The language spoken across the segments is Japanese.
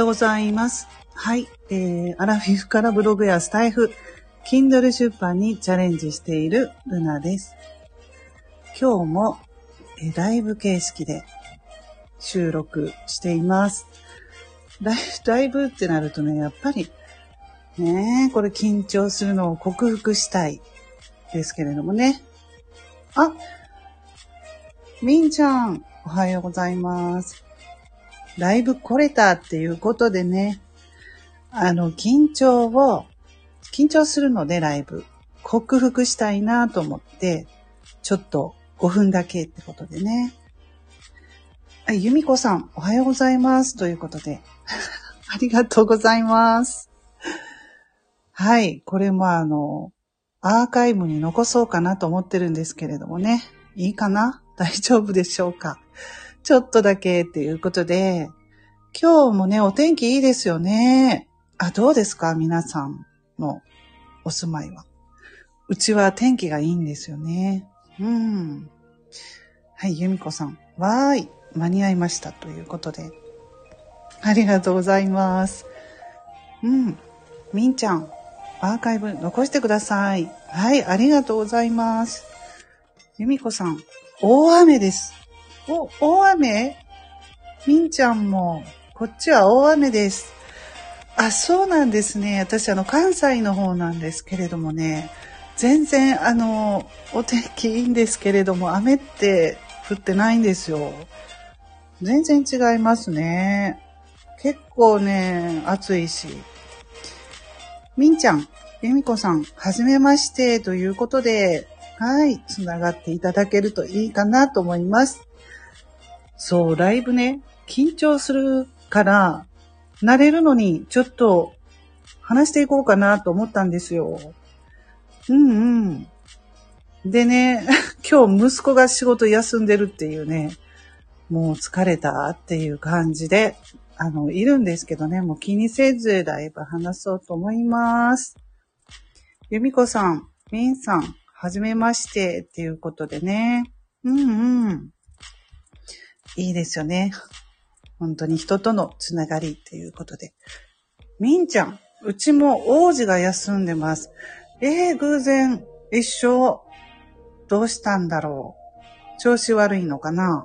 ございます。はい、アラフィフからブログやスタイフ、Kindle 出版にチャレンジしているルナです。今日もライブ形式で収録しています。ライブってなるとね、やっぱりね、これ緊張するのを克服したいですけれどもね。あ、みんちゃん、おはようございます。ライブ来れたっていうことでね、緊張するのでライブ、克服したいなと思って、ちょっと5分だけってことでね。ゆみこさん、おはようございます。ということで、ありがとうございます。はい、これもアーカイブに残そうかなと思ってるんですけれどもね。いいかな？大丈夫でしょうか？ちょっとだけっていうことで、今日もね、お天気いいですよね。どうですか？皆さんのお住まいは。うちは天気がいいんですよね。はい、ゆみこさん。わーい。間に合いましたということで。ありがとうございます。みんちゃん。アーカイブ残してください。はい、ありがとうございます。ゆみこさん。大雨です。大雨？みんちゃんも。こっちは大雨です。そうなんですね。私関西の方なんですけれどもね、全然お天気いいんですけれども、雨って降ってないんですよ。全然違いますね。結構ね、暑いし。みんちゃん、ゆみこさん、はじめましてということで、はい、つながっていただけるといいかなと思います。そう、ライブね、緊張するから、慣れるのにちょっと話していこうかなと思ったんですよ。でね、今日息子が仕事休んでるっていうね、もう疲れたっていう感じで、いるんですけどね、もう気にせずライブ話そうと思います。ゆみこさん、みんさん、はじめましてっていうことでね。いいですよね。本当に人とのつながりっていうことで。みんちゃん、うちも王子が休んでます。偶然、一緒。どうしたんだろう。調子悪いのかな？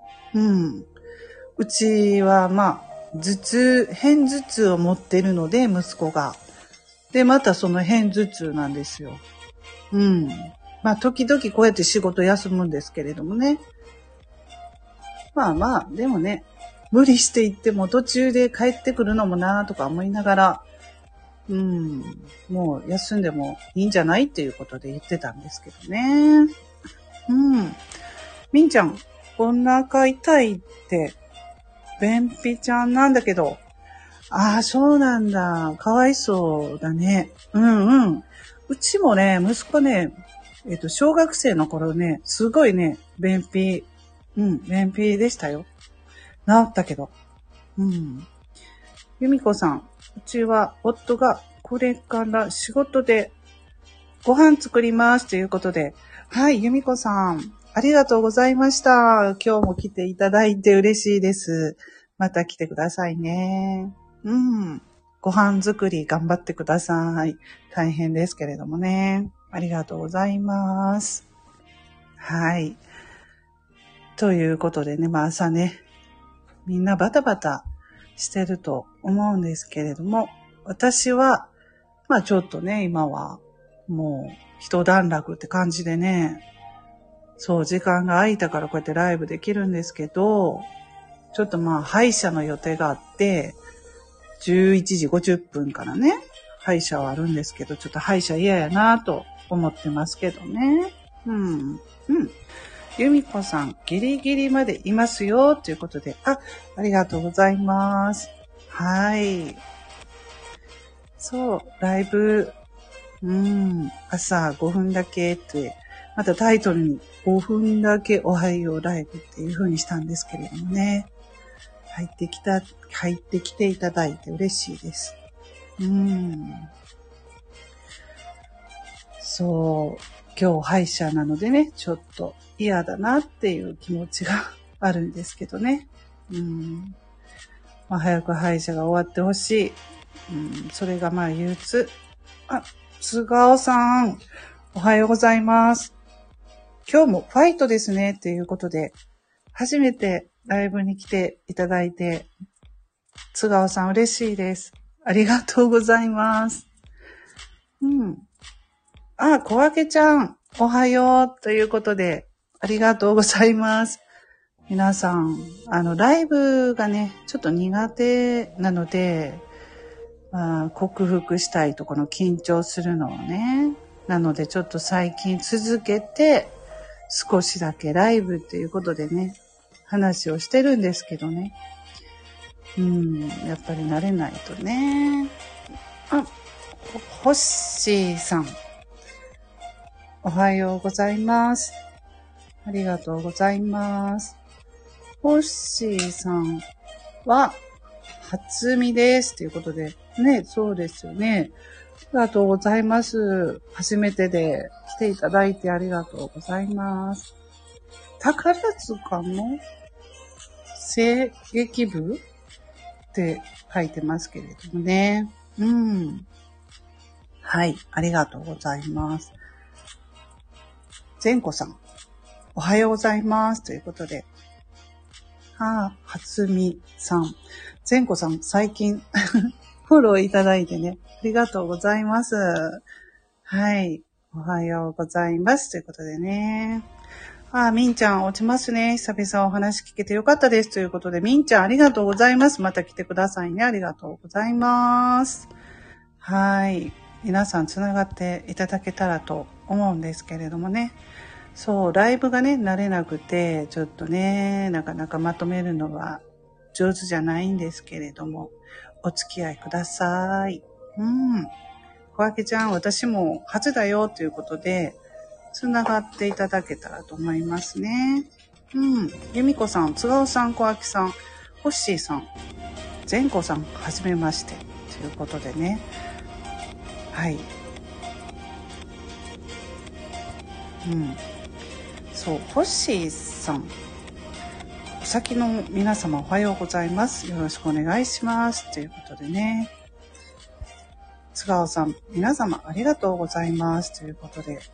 うちは、片頭痛を持ってるので、息子が。で、またその片頭痛なんですよ。時々こうやって仕事休むんですけれどもね。でもね、無理して行っても途中で帰ってくるのもなとか思いながら、もう休んでもいいんじゃないっていうことで言ってたんですけどね。みんちゃん、お腹痛いって、便秘ちゃんなんだけど、そうなんだ。かわいそうだね。うちもね、息子ね、小学生の頃ね、すごいね、便秘でしたよ。治ったけど。ゆみこさん、うちは夫がこれから仕事でご飯作りますということで、はい、ゆみこさん、ありがとうございました。今日も来ていただいて嬉しいです。また来てくださいね。ご飯作り頑張ってください。大変ですけれどもね。ありがとうございます。はい。ということでね、朝ね、みんなバタバタしてると思うんですけれども、私は、ちょっとね、今はもう一段落って感じでね、そう、時間が空いたからこうやってライブできるんですけど、ちょっと歯医者の予定があって、11時50分からね、歯医者はあるんですけど、ちょっと歯医者嫌やなと思ってますけどね。ゆみこさん、ギリギリまでいますよ、ということで、ありがとうございます。はい。そう、ライブ、朝5分だけって、またタイトルに5分だけおはようライブっていう風にしたんですけれどもね。入ってきていただいて嬉しいです。そう、今日歯医者なのでね、ちょっと嫌だなっていう気持ちがあるんですけどね。 早く歯医者が終わってほしい。それが憂鬱。津川さん、おはようございます。今日もファイトですね、ということで、初めてライブに来ていただいて、津川さん嬉しいです。ありがとうございます。小分ちゃん、おはよう、ということで、ありがとうございます。皆さん、ライブがね、ちょっと苦手なので、克服したいとこの緊張するのをね。なのでちょっと最近続けて、少しだけライブっていうことでね、話をしてるんですけどね。やっぱり慣れないとね。ホッシーさん。おはようございます。ありがとうございます。ホッシーさんは、初見です。ということで。ね、そうですよね。ありがとうございます。初めてで来ていただいてありがとうございます。宝塚の声劇部って書いてますけれどもね。はい、ありがとうございます。善子さん、おはようございます。ということで。初見さん。善子さん、最近、フォローいただいてね、ありがとうございます。はい、おはようございます。ということでね。みんちゃん落ちますね。久々お話聞けてよかったです。ということで、みんちゃんありがとうございます。また来てくださいね。ありがとうございます。はい。皆さんつながっていただけたらと思うんですけれどもね。そう、ライブがね、慣れなくて、ちょっとね、なかなかまとめるのは上手じゃないんですけれども、お付き合いください。小分ちゃん、私も初だよということで、つながっていただけたらと思いますね。由美子さん、津川さん、小分さん、ホッシーさん、善子さん、はじめまして。ということでね。はい。そう、ホッシーさん。お先の皆様おはようございます。よろしくお願いします。ということでね。津川さん、皆様ありがとうございます。ということで。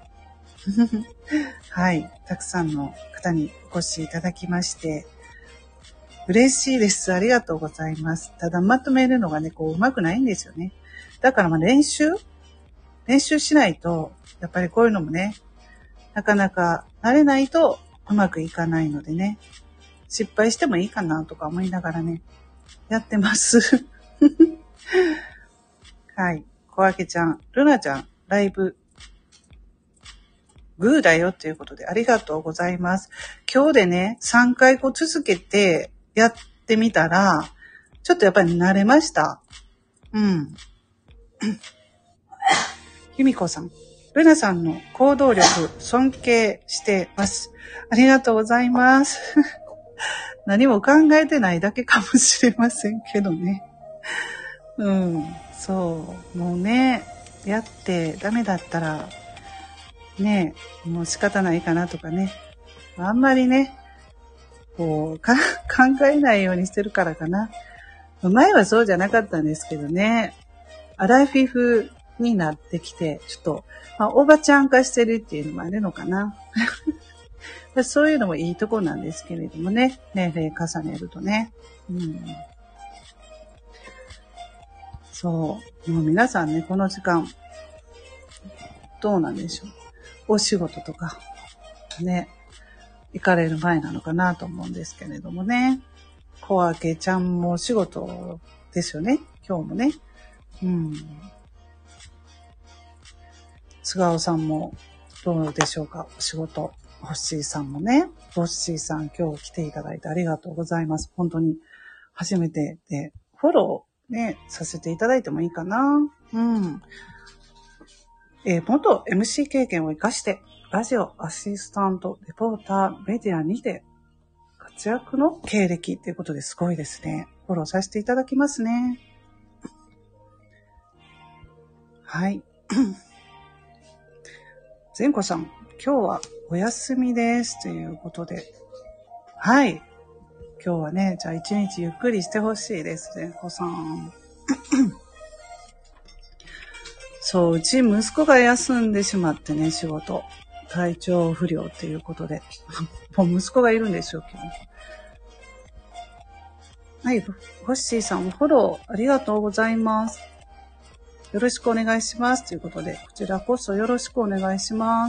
はい。たくさんの方にお越しいただきまして、嬉しいです。ありがとうございます。ただまとめるのがね、うまくないんですよね。だから練習しないと、やっぱりこういうのもね、なかなか慣れないとうまくいかないのでね、失敗してもいいかなとか思いながらね、やってます。はい。小分ちゃん、ルナちゃん、ライブ、グーだよということでありがとうございます。今日でね、3回続けてやってみたら、ちょっとやっぱり慣れました。由美子さん、ルナさんの行動力尊敬してます。ありがとうございます。何も考えてないだけかもしれませんけどね。そう。もうね、やってダメだったら、ね、もう仕方ないかなとかね。あんまりね、考えないようにしてるからかな。前はそうじゃなかったんですけどね。アラフィフになってきて、ちょっと、おばちゃん化してるっていうのもあるのかな。そういうのもいいとこなんですけれどもね。年齢重ねるとね。そう。もう皆さんね、この時間、どうなんでしょう。お仕事とか、ね、行かれる前なのかなと思うんですけれどもね。小分ちゃんもお仕事ですよね。今日もね。津川さんもどうでしょうか。お仕事。ホッシーさんもね。ホッシーさん今日来ていただいてありがとうございます。本当に初めてで、フォローね、させていただいてもいいかな。元 MC 経験を活かして、ラジオ、アシスタント、レポーター、メディアにて活躍の経歴ということですごいですね。フォローさせていただきますね。はい。善子さん、今日はお休みですということで。はい。 今日はね、じゃあ一日ゆっくりしてほしいですね、子さん。そう、うち息子が休んでしまってね、仕事。体調不良っていうことで。もう息子がいるんですよ、今日。はい、ホッシーさん、フォローありがとうございます。よろしくお願いします。ということで、こちらこそよろしくお願いします。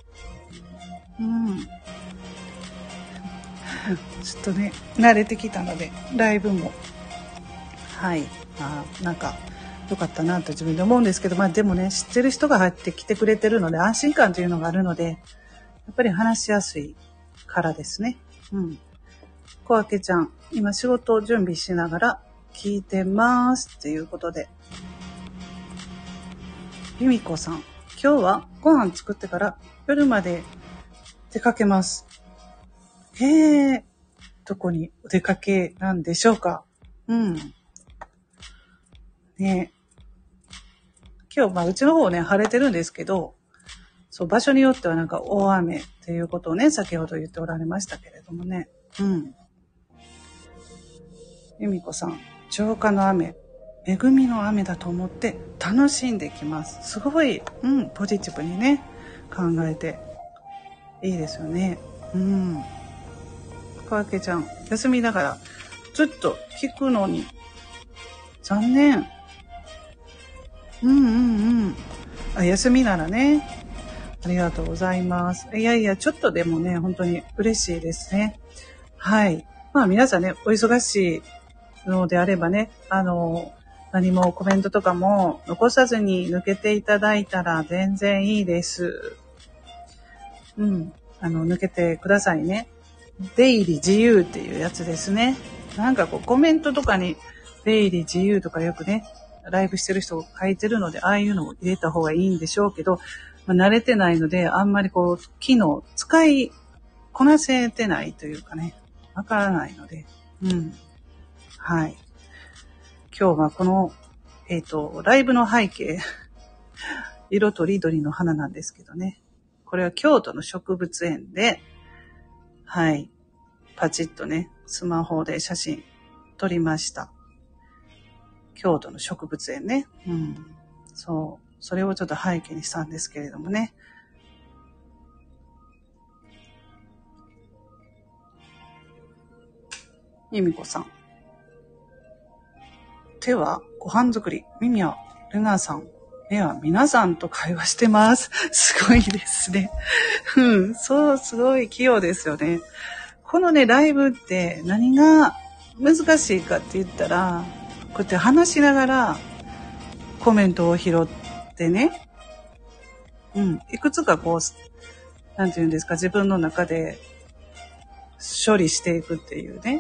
ちょっとね、慣れてきたので、ライブも。はい。なんか、よかったなと自分で思うんですけど、でもね、知ってる人が入ってきてくれてるので、安心感というのがあるので、やっぱり話しやすいからですね。小分ちゃん、今仕事を準備しながら聞いてますっていうことで。由美子さん、今日はご飯作ってから夜まで出かけます。へえ、どこにお出かけなんでしょうか。ね、今日うちの方ね晴れてるんですけど、そう場所によってはなんか大雨っていうことをね先ほど言っておられましたけれどもね。由美子さん、浄化の雨、恵みの雨だと思って楽しんできます。すごい、ポジティブにね考えていいですよね。小分ちゃん、休みながらずっと聞くのに残念。休みならね、ありがとうございます。いや、ちょっとでもね、本当に嬉しいですね。はい。皆さんね、お忙しいのであればね、何もコメントとかも残さずに抜けていただいたら全然いいです。抜けてくださいね。出入り自由っていうやつですね。なんかコメントとかに出入り自由とかよくね、ライブしてる人が書いてるので、ああいうのを入れた方がいいんでしょうけど、慣れてないので、あんまり機能使いこなせてないというかね、わからないので、はい。今日はこの、ライブの背景、色とりどりの花なんですけどね。これは京都の植物園で、はい、パチッとね、スマホで写真撮りました。京都の植物園ね。そう。それをちょっと背景にしたんですけれどもね。由美子さん。手はご飯作り。耳はルナさん。目は皆さんと会話してます。すごいですね。そう、すごい器用ですよね。このね、ライブって何が難しいかって言ったら、こうやって話しながらコメントを拾ってね、いくつかなんていうんですか、自分の中で処理していくっていうね。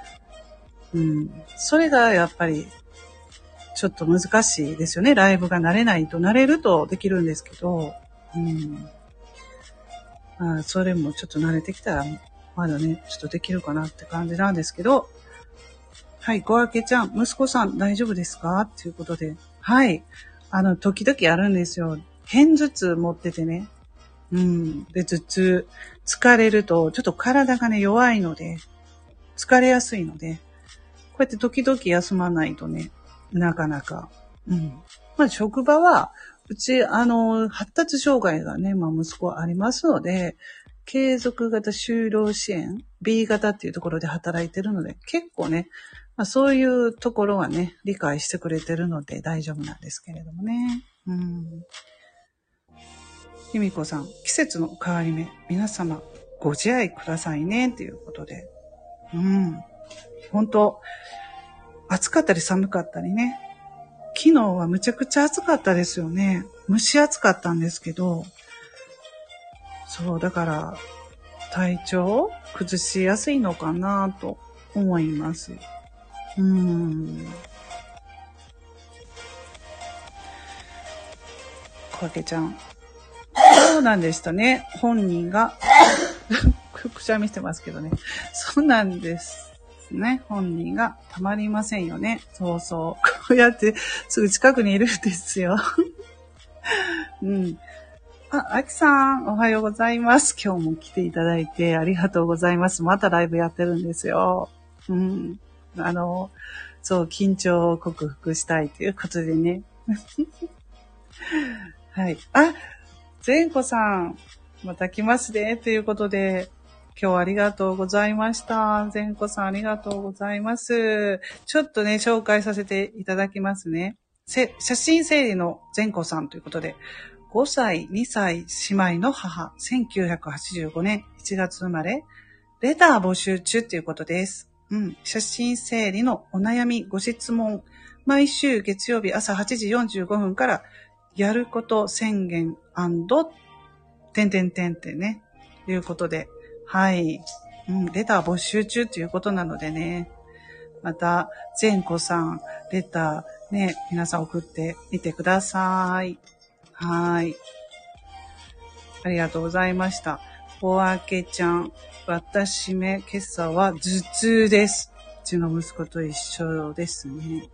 それがやっぱりちょっと難しいですよね。ライブが慣れないと、慣れるとできるんですけど、それもちょっと慣れてきたら、まだね、ちょっとできるかなって感じなんですけど、はい、小分ちゃん、息子さん大丈夫ですかっていうことで、はい、時々あるんですよ。片頭痛持っててね。で、頭痛、疲れると、ちょっと体がね、弱いので、疲れやすいので、こうやって時々休まないとね、なかなか。職場は、うち、発達障害がね、息子ありますので、継続型就労支援、B 型っていうところで働いてるので、結構ね、そういうところはね、理解してくれてるので大丈夫なんですけれどもね。由美子さん、季節の変わり目、皆様ご自愛くださいね、ということで。本当暑かったり寒かったりね。昨日はむちゃくちゃ暑かったですよね。蒸し暑かったんですけど、そう、だから体調崩しやすいのかなと思います。小分ちゃん。そうなんでしたね。本人が、くしゃみしてますけどね。そうなんですね。本人がたまりませんよね。そうそう。こうやってすぐ近くにいるんですよ。あきさん、おはようございます。今日も来ていただいてありがとうございます。またライブやってるんですよ。 うん。そう、緊張を克服したいということでね。はい。あ、善子さん、また来ますね。ということで、今日はありがとうございました。善子さんありがとうございます。ちょっとね、紹介させていただきますね。写真整理の善子さんということで、5歳、2歳姉妹の母、1985年1月生まれ、レター募集中ということです。写真整理のお悩み、ご質問、毎週月曜日朝8時45分からやること宣言&ってね、いうことで、はい。レター募集中ということなのでね、また、善子さん、レターね、皆さん送ってみてください。はい。ありがとうございました。小明ちゃん、私め、今朝は頭痛です。うちの息子と一緒ですね。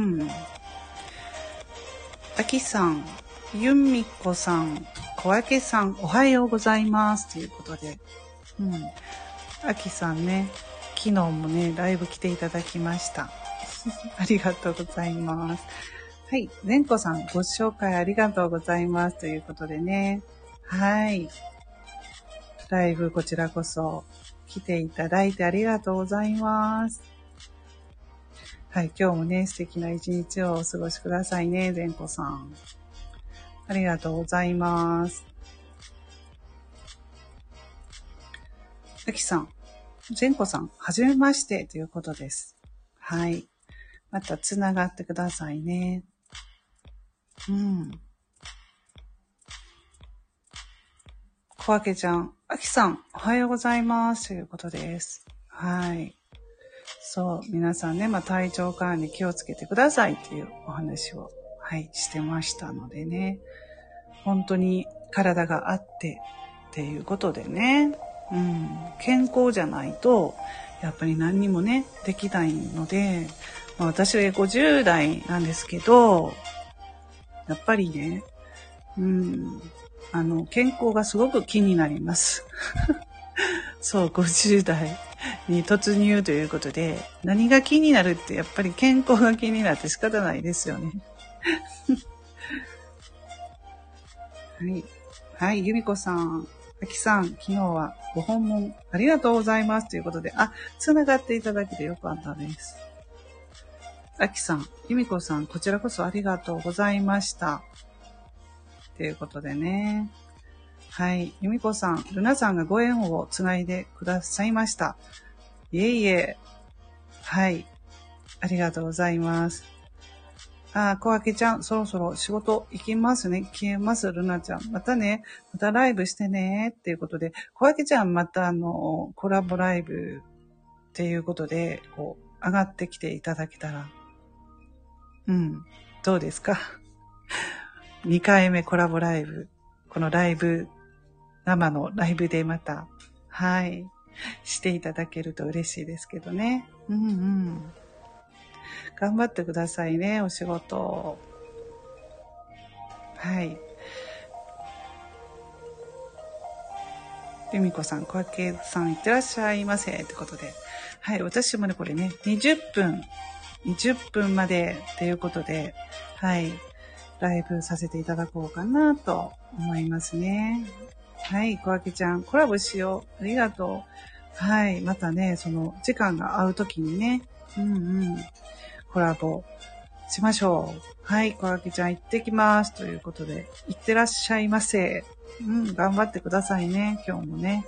あきさん、ゆみこさん、小明さん、おはようございます。ということで。あきさんね、昨日もね、ライブ来ていただきました。ありがとうございます。はい、善子さん、ご紹介ありがとうございます。ということでね。はい。ライブこちらこそ来ていただいてありがとうございます。はい、今日もね、素敵な一日をお過ごしくださいね、善子さん。ありがとうございます。あきさん、善子さん、はじめましてということです。はい。またつながってくださいね。小明ちゃん、あきさん、おはようございますということです。はい。そう、皆さんね、体調管理気をつけてくださいというお話を、はい、してましたのでね。本当に体があってっていうことでね。健康じゃないと、やっぱり何にもね、できないので、私は50代なんですけど、やっぱりね、健康がすごく気になります。そう、50代に突入ということで、何が気になるってやっぱり健康が気になって仕方ないですよね。はい。はい、ゆみこさん、あきさん、昨日はご訪問ありがとうございますということで、つながっていただけてよかったです。あきさん、ゆみこさん、こちらこそありがとうございました。ということでね。はい。ゆみこさん、ルナさんがご縁をつないでくださいました。いえいえ。はい。ありがとうございます。小明ちゃん、そろそろ仕事行きますね。消えます、ルナちゃん。またね、またライブしてね、っていうことで、小明ちゃんまたコラボライブっていうことで、上がってきていただけたら。どうですか？2回目コラボライブ。このライブ、生のライブでまた、はい、していただけると嬉しいですけどね。頑張ってくださいね、お仕事。はい。由美子さん、小明さん、いってらっしゃいませ。ってことで。はい、私もね、これね、20分までっていうことで、はい、ライブさせていただこうかなと思いますね。はい、小明ちゃん、コラボしよう。ありがとう。はい、またね、その、時間が合うときにね、コラボしましょう。はい、小明ちゃん行ってきます。ということで、行ってらっしゃいませ。頑張ってくださいね、今日もね。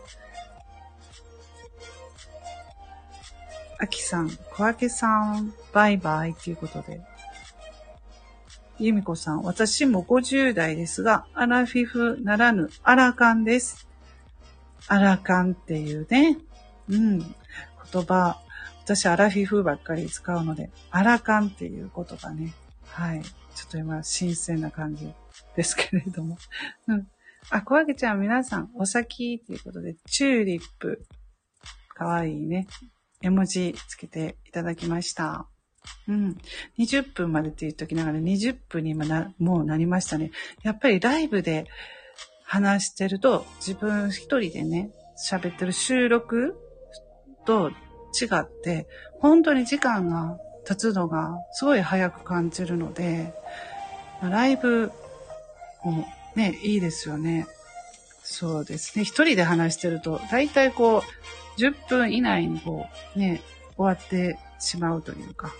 あきさん、小明さん、バイバイということで。ゆみこさん、私も50代ですが、アラフィフならぬアラカンです。アラカンっていうね、言葉、私アラフィフばっかり使うので、アラカンっていう言葉ね、はい、ちょっと今新鮮な感じですけれども、小明ちゃん皆さんお先ということで、チューリップ、かわいいね、絵文字つけていただきました。20分までって言っときながら20分にもうなりましたね。やっぱりライブで話してると自分一人でね、喋ってる収録と違って、本当に時間が経つのがすごい早く感じるので、ライブもね、いいですよね。そうですね。一人で話してると、だいたいこう、10分以内にこう、ね、終わってしまうというか、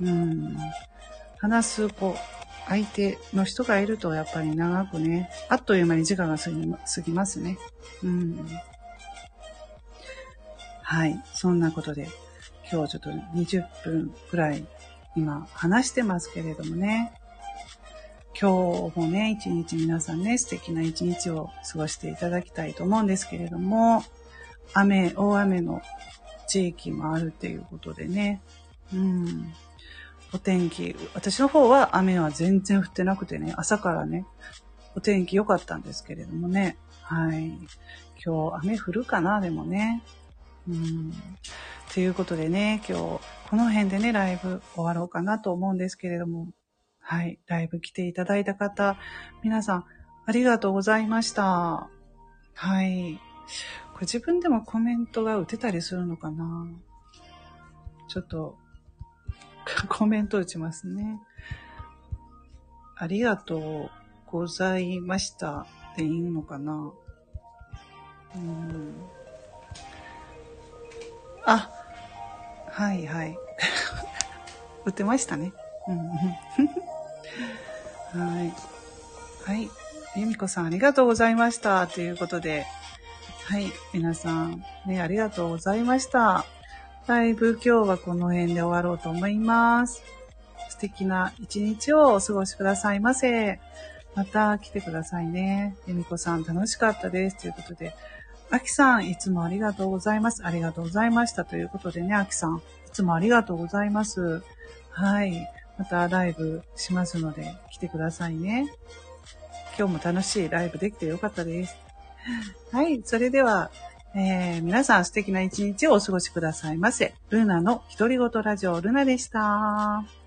話す、こう、相手の人がいると、やっぱり長くね、あっという間に時間が過ぎますね。はい。そんなことで、今日ちょっと20分くらい、今、話してますけれどもね。今日もね、一日皆さんね、素敵な一日を過ごしていただきたいと思うんですけれども、大雨の地域もあるっていうことでね。お天気、私の方は雨は全然降ってなくてね、朝からね、お天気良かったんですけれどもね。はい。今日雨降るかな、でもね。ということでね、今日この辺でね、ライブ終わろうかなと思うんですけれども、はい、ライブ来ていただいた方、皆さんありがとうございました。はい。これ自分でもコメントが打てたりするのかな？ちょっとコメント打ちますね。ありがとうございましたっていいのかな？あ、はいはい。打ってましたね。はい。はい。由美子さんありがとうございました。ということで、はい。皆さん、ね、ありがとうございました。ライブ今日はこの辺で終わろうと思います。素敵な一日をお過ごしくださいませ。また来てくださいね。由美子さん楽しかったです。ということで、あきさんいつもありがとうございます。ありがとうございました。ということでね、あきさんいつもありがとうございます。はい。またライブしますので来てくださいね。今日も楽しいライブできてよかったです。はい。それでは、皆さん素敵な一日をお過ごしくださいませ。ルナの独り言ラジオルナでした。